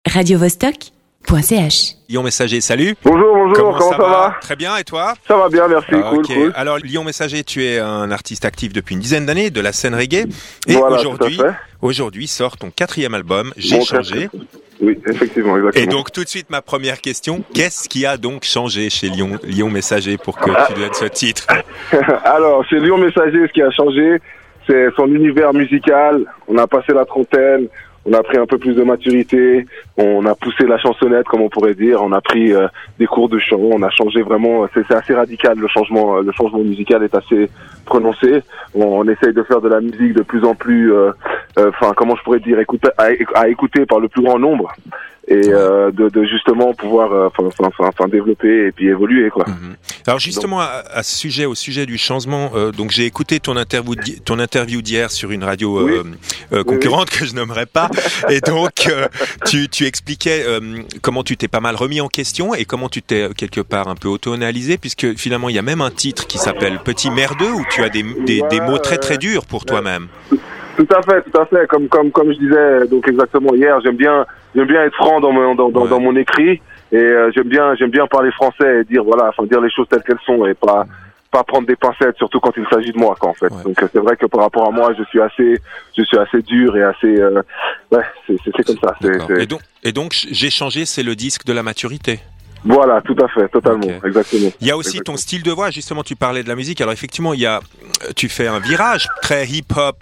radiovostok.ch. Lyon Messager, salut. Bonjour, comment ça va? Très bien, et toi? Ça va bien, merci, cool. Alors, Lyon Messager, tu es un artiste actif depuis une dizaine d'années de la scène reggae. Et voilà, aujourd'hui sort ton 4e album, J'ai changé. Oui, effectivement, exactement. Et donc, tout de suite, ma première question, qu'est-ce qui a donc changé chez Lyon Messager pour que tu donnes ce titre? Alors, chez Lyon Messager, ce qui a changé, c'est son univers musical. On a passé la trentaine. On a pris un peu plus de maturité, on a poussé la chansonnette, comme on pourrait dire, on a pris des cours de chant, on a changé vraiment, c'est assez radical, le changement musical est assez prononcé. On essaye de faire de la musique de plus en plus, comment je pourrais dire, à écouter par le plus grand nombre. Et de justement pouvoir développer et puis évoluer, quoi. Alors justement au sujet du changement, donc j'ai écouté ton interview d'hier sur une radio concurrente que je nommerai pas, et donc tu expliquais comment tu t'es pas mal remis en question et comment tu t'es quelque part un peu auto-analysé, puisque finalement il y a même un titre qui s'appelle Petit Merdeux où tu as des mots très très durs pour toi-même. Tout à fait. Comme je disais donc exactement hier, j'aime bien être franc dans mon écrit, et j'aime bien parler français et dire les choses telles qu'elles sont et pas prendre des pincettes, surtout quand il s'agit de moi, quoi, en fait. Ouais. Donc c'est vrai que par rapport à moi, je suis assez dur et assez c'est comme ça. Et donc J'ai changé, c'est le disque de la maturité. Voilà, tout à fait, totalement, exactement. Il y a aussi ton style de voix, justement, tu parlais de la musique. Alors effectivement, tu fais un virage très hip-hop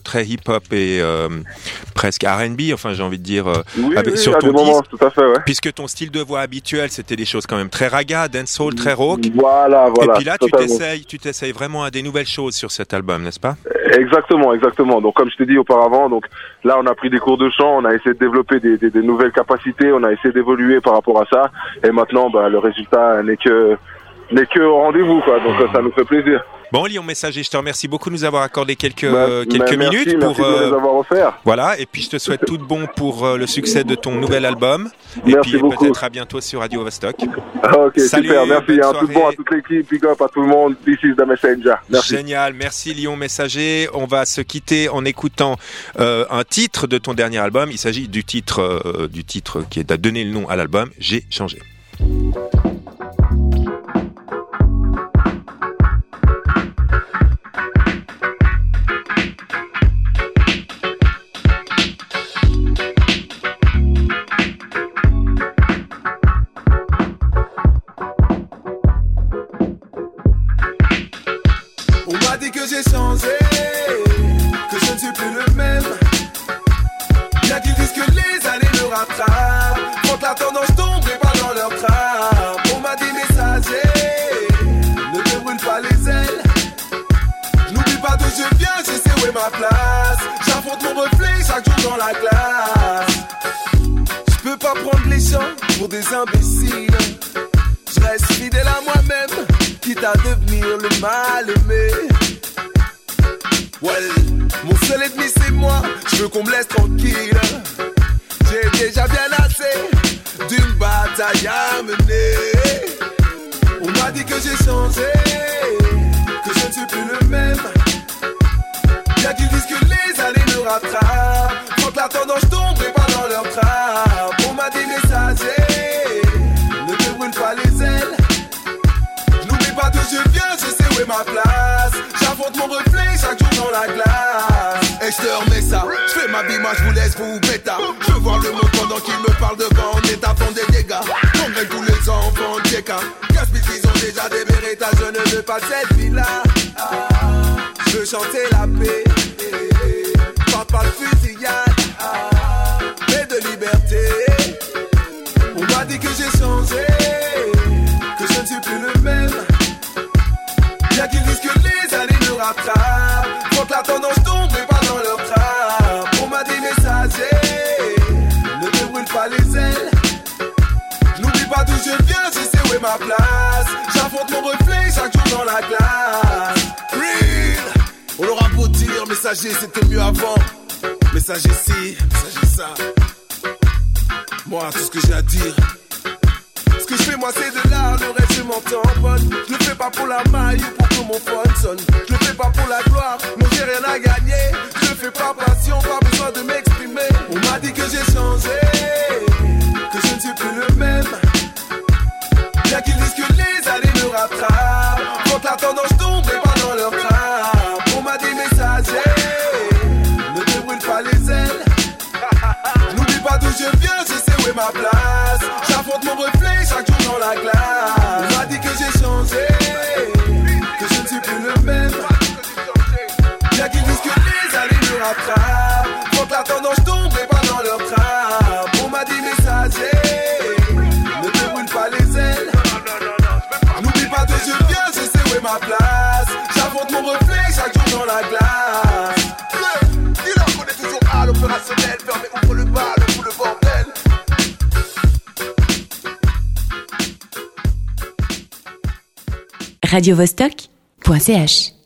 et presque R&B, enfin j'ai envie de dire, sur ton disque, tout à fait, ouais. Puisque ton style de voix habituel, c'était des choses quand même très raga, dancehall, très rock. Voilà. Et puis là, tu t'essayes vraiment à des nouvelles choses sur cet album, n'est-ce pas? Exactement. Donc comme je t'ai dit auparavant, donc là on a pris des cours de chant, on a essayé de développer des nouvelles capacités, on a essayé d'évoluer par rapport à ça, et maintenant le résultat n'est que au rendez-vous, quoi. Donc ça nous fait plaisir. Bon, Lyon Messager, je te remercie beaucoup de nous avoir accordé quelques minutes merci pour de les avoir offerts. Voilà, et puis je te souhaite tout de bon pour le succès de ton nouvel album. Merci et puis beaucoup. Peut-être à bientôt sur Radio Vostok. Ok, salut, super, merci. Tout bon à toute l'équipe, big up à tout le monde. This is the messenger. Merci. Génial, merci Lyon Messager. On va se quitter en écoutant un titre de ton dernier album. Il s'agit du titre qui a donné le nom à l'album, J'ai changé. On m'a dit que j'ai changé, que je ne suis plus le même. Bien qu'ils disent que les années me rattrapent, quand la tendance tombe et pas dans leur trappe. On m'a dit messager, ne te brûle pas les ailes. Je n'oublie pas d'où je viens, je sais où est ma place. J'affronte mon reflet chaque jour dans la classe. Je peux pas prendre les gens pour des imbéciles. Je reste fidèle à moi-même, quitte à devenir le mal aimé. Well, mon seul ennemi c'est moi, je veux qu'on me laisse tranquille. J'ai déjà bien assez d'une bataille à mener. On m'a dit que j'ai changé, que je ne suis plus le même. Bien qu'ils disent que les années me rattrapent, quand la tendance tombe et pas dans leur trappe. On m'a dit messager, ne te brûle pas les ailes. Je n'oublie pas d'où je viens, je sais où est ma place. J'affronte mon reflet chaque jour dans la glace. Et je te remets ça, je fais ma bille, moi je vous laisse vous bêta. Je veux voir le monde pendant qu'il me parle devant. En état font des dégâts, congrène tous les enfants de Djeka. Gaspille ils ont déjà des Beretta, je ne veux pas cette vie là. Je veux chanter la paix, pas de fusillade, mais de liberté. On m'a dit que j'ai changé, que je ne suis plus le même. Bien qu'ils disent que les années me rattrapent, quand la tendance tombe et pas dans leur trappe. On m'a dit messager, ne te brûle pas les ailes. Je n'oublie pas d'où je viens, je sais où est ma place. J'affronte mon reflet chaque jour dans la glace. Real, on leur a beau dire, messager c'était mieux avant. Messager ci, messager ça. Moi tout ce que j'ai à dire, ce que que je fais moi c'est de l'art, le reste je m'en tamponne. Je le fais pas pour la maille ou pour que mon phone sonne. Je le fais pas pour la gloire, non j'ai rien à gagner. Je le fais par passion, pas besoin de m'exprimer. On m'a dit que j'ai changé, que je ne suis plus le même. Bien qu'ils disent que les années me rattrapent, quand la tendance tombe et pas dans leur trappe. On m'a dit messager, ne te brûle pas les ailes. N'oublie pas d'où je viens, je sais où est ma place. J'affronte mon reflet chaque jour dans la glace. On m'a dit que j'ai changé, que je ne suis plus le même. Bien qu'ils disent que les années me rattrapent, quand la tendance tombe et pas dans leur trappe. On m'a dit messager, ne te brûle pas les ailes. N'oublie pas d'où je viens, je sais où est ma place. J'affronte mon reflet chaque jour dans la glace. Dis-leur qu'on est toujours à l'opérationnel. Fermez, ouvre le bal, ouvre le bordel. radiovostok.ch